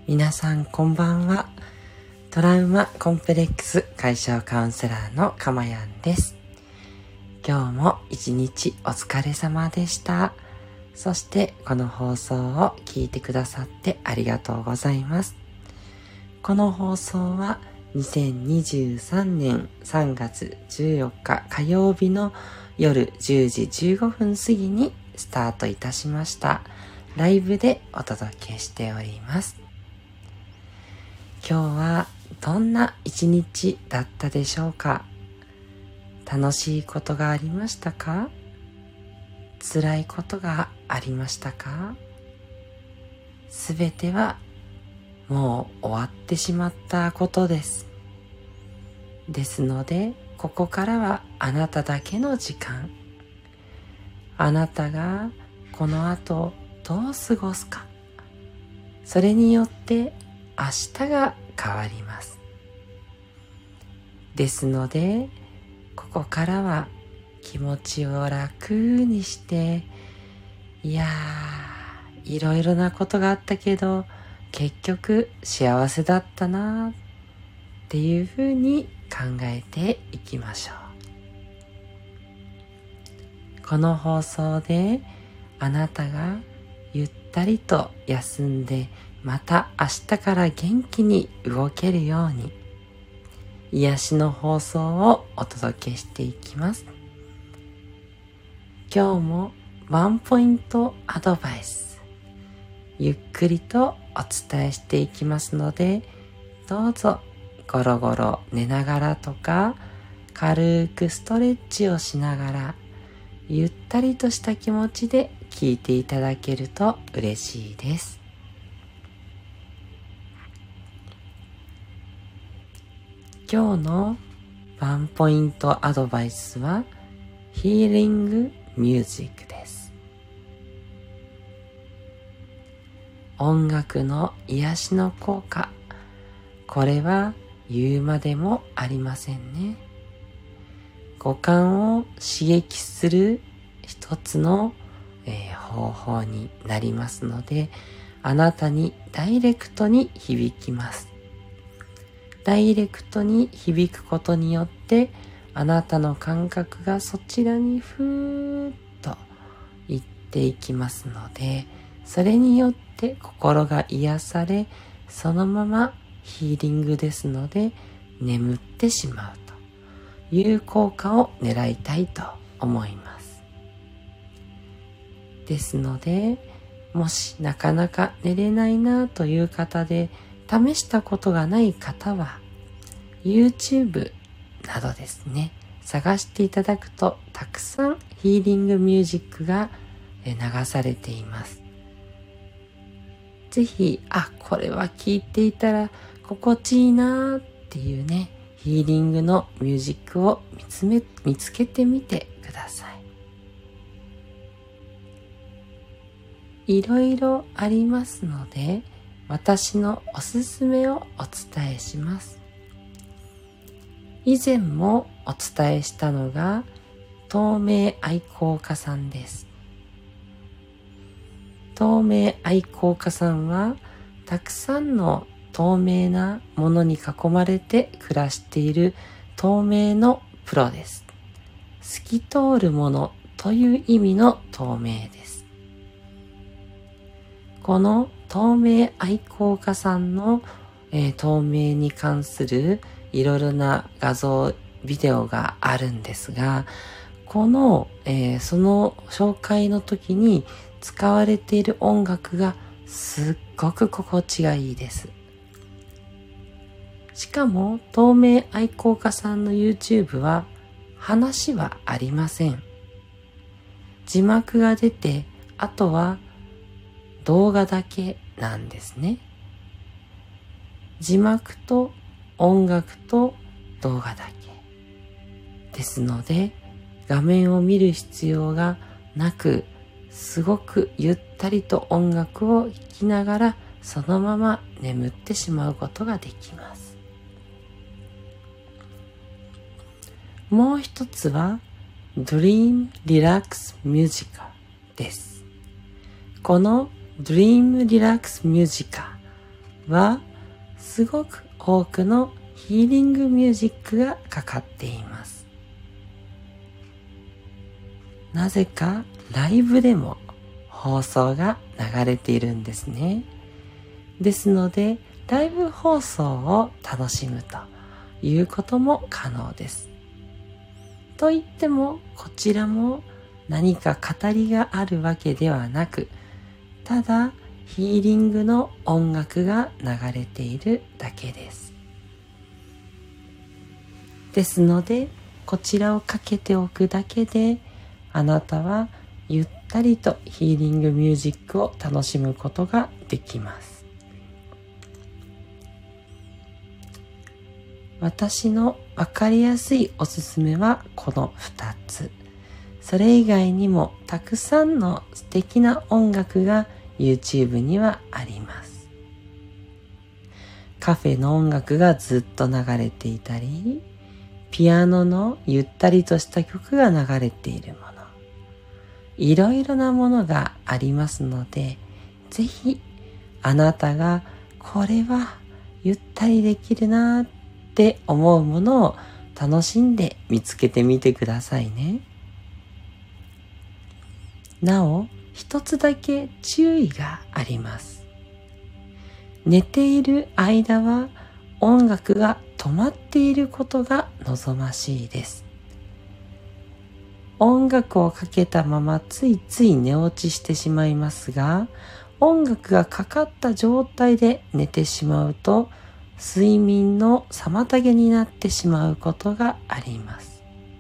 皆さんこんばんは。トラウマコンプレックス解消カウンセラーのかまやんです。今日も一日お疲れ様でした。そしてこの放送を聞いてくださってありがとうございます。この放送は2023年3月14日火曜日の夜10時15分過ぎにスタートいたしました。ライブでお届けしております。今日はどんな一日だったでしょうか。楽しいことがありましたか？辛いことがありましたか？すべてはもう終わってしまったことです。ですので、ここからはあなただけの時間。あなたがこの後どう過ごすか。それによって明日が変わります。ですので、ここからは気持ちを楽にして、いろいろなことがあったけど、結局幸せだったなっていうふうに考えていきましょう。この放送であなたがゆったりと休んで、また明日から元気に動けるように、癒しの放送をお届けしていきます。今日もワンポイントアドバイス、ゆっくりとお伝えしていきますので、どうぞゴロゴロ寝ながらとか、軽くストレッチをしながら、ゆったりとした気持ちで聞いていただけると嬉しいです。今日のワンポイントアドバイスはヒーリングミュージックです。音楽の癒しの効果、これは言うまでもありませんね。五感を刺激する一つの、方法になりますので、あなたにダイレクトに響きます。ダイレクトに響くことによって、あなたの感覚がそちらにふーっと行っていきますので、それによって心が癒され、そのままヒーリングですので眠ってしまうという効果を狙いたいと思います。ですので、もしなかなか寝れないなという方で、試したことがない方は YouTube などですね、探していただくとたくさんヒーリングミュージックが流されています。ぜひ、これは聴いていたら心地いいなっていうね、ヒーリングのミュージックを見つけてみてください。いろいろありますので、私のおすすめをお伝えします。以前もお伝えしたのが透明愛好家さんです。透明愛好家さんはたくさんの透明なものに囲まれて暮らしている透明のプロです。透き通るものという意味の透明です。この透明愛好家さんの、透明に関するいろいろな画像、ビデオがあるんですが、この、その紹介の時に使われている音楽がすっごく心地がいいです。しかも透明愛好家さんの YouTube は話はありません。字幕が出て、あとは動画だけなんですね。字幕と音楽と動画だけですので、画面を見る必要がなく、すごくゆったりと音楽を聴きながらそのまま眠ってしまうことができます。もう一つは Dream Relax Music です。この Dream Relax Music はすごく多くのヒーリングミュージックがかかっています。なぜかライブでも放送が流れているんですね。ですのでライブ放送を楽しむということも可能です。と言ってもこちらも何か語りがあるわけではなく、ただヒーリングの音楽が流れているだけです。ですのでこちらをかけておくだけで、あなたはゆったりとヒーリングミュージックを楽しむことができます。私のわかりやすいおすすめはこの2つ。それ以外にもたくさんの素敵な音楽が YouTube にはあります。カフェの音楽がずっと流れていたり、ピアノのゆったりとした曲が流れているもの、いろいろなものがありますので、ぜひあなたがこれはゆったりできるなって思うものを楽しんで見つけてみてくださいね。なお、一つだけ注意があります。寝ている間は音楽が止まっていることが望ましいです。音楽をかけたままついつい寝落ちしてしまいますが、音楽がかかった状態で寝てしまうと睡眠の妨げになってしまうことがあります。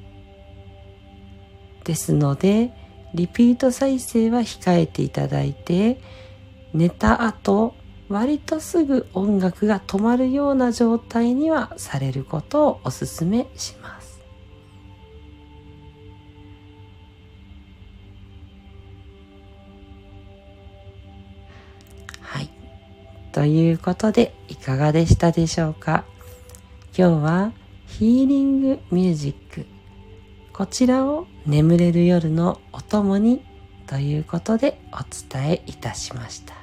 ですのでリピート再生は控えていただいて、寝た後割とすぐ音楽が止まるような状態にはされることをお勧めします。はい。ということでいかがでしたでしょうか。今日はヒーリングミュージック、こちらを眠れる夜のお供にということでお伝えいたしました。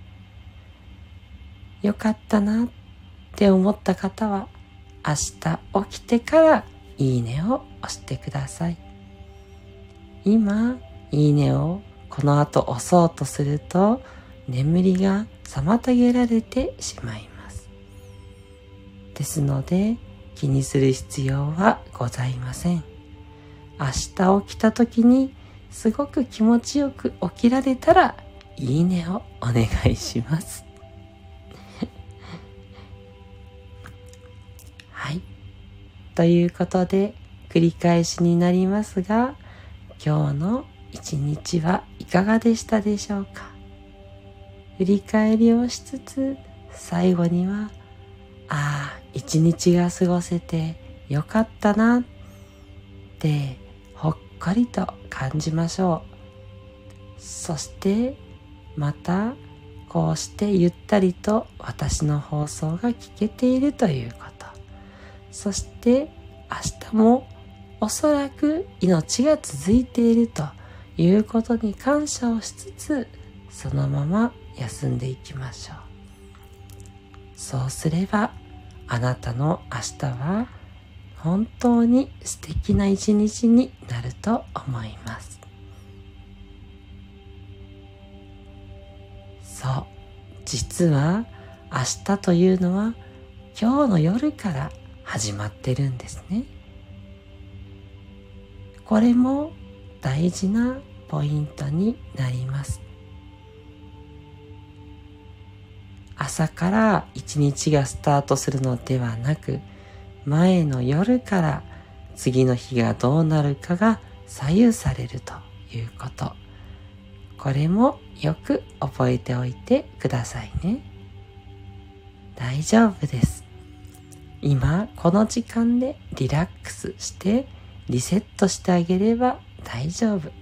よかったなって思った方は明日起きてからいいねを押してください。今いいねをこの後押そうとすると眠りが妨げられてしまいます。ですので気にする必要はございません。明日起きた時にすごく気持ちよく起きられたらいいねをお願いします。はい。ということで繰り返しになりますが、今日の一日はいかがでしたでしょうか。振り返りをしつつ最後には一日が過ごせてよかったなってほっこりと感じましょう。そしてまたこうしてゆったりと私の放送が聞けているということ、そして明日もおそらく命が続いているということに感謝をしつつ、そのまま休んでいきましょう。そうすればあなたの明日は本当に素敵な一日になると思います。そう、実は明日というのは今日の夜から始まってるんですね。これも大事なポイントになります。朝から一日がスタートするのではなく、前の夜から次の日がどうなるかが左右されるということ。これもよく覚えておいてくださいね。大丈夫です。今この時間でリラックスしてリセットしてあげれば大丈夫。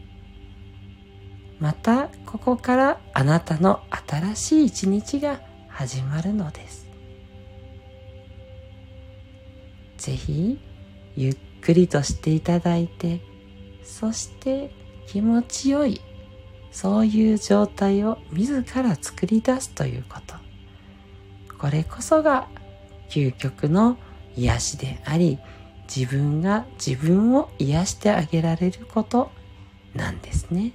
またここからあなたの新しい一日が始まるのです。ぜひゆっくりとしていただいて、そして気持ちよいそういう状態を自ら作り出すということ。 これこそが究極の癒しであり、自分が自分を癒してあげられることなんですね。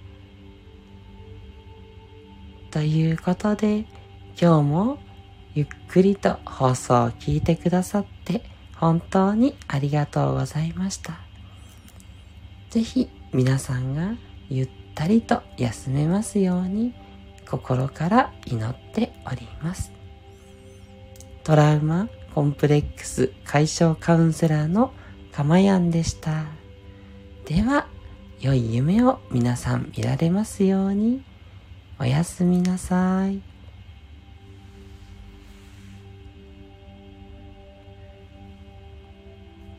ということで、今日もゆっくりと放送を聞いてくださって本当にありがとうございました。ぜひ皆さんがゆったりと休めますように心から祈っております。トラウマコンプレックス解消カウンセラーのかまやんでした。では、良い夢を皆さん見られますように。おやすみなさい。